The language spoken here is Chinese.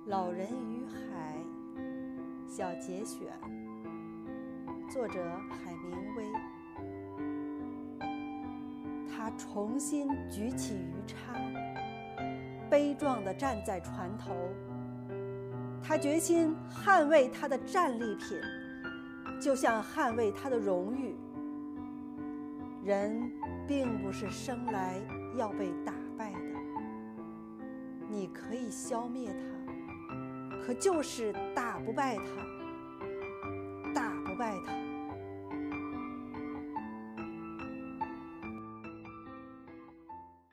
老人与海小节选，作者海明威。他重新举起鱼叉，悲壮地站在船头。他决心捍卫他的战利品，就像捍卫他的荣誉。人并不是生来要被打败的，你可以消灭他，可就是打不败他，打不败他。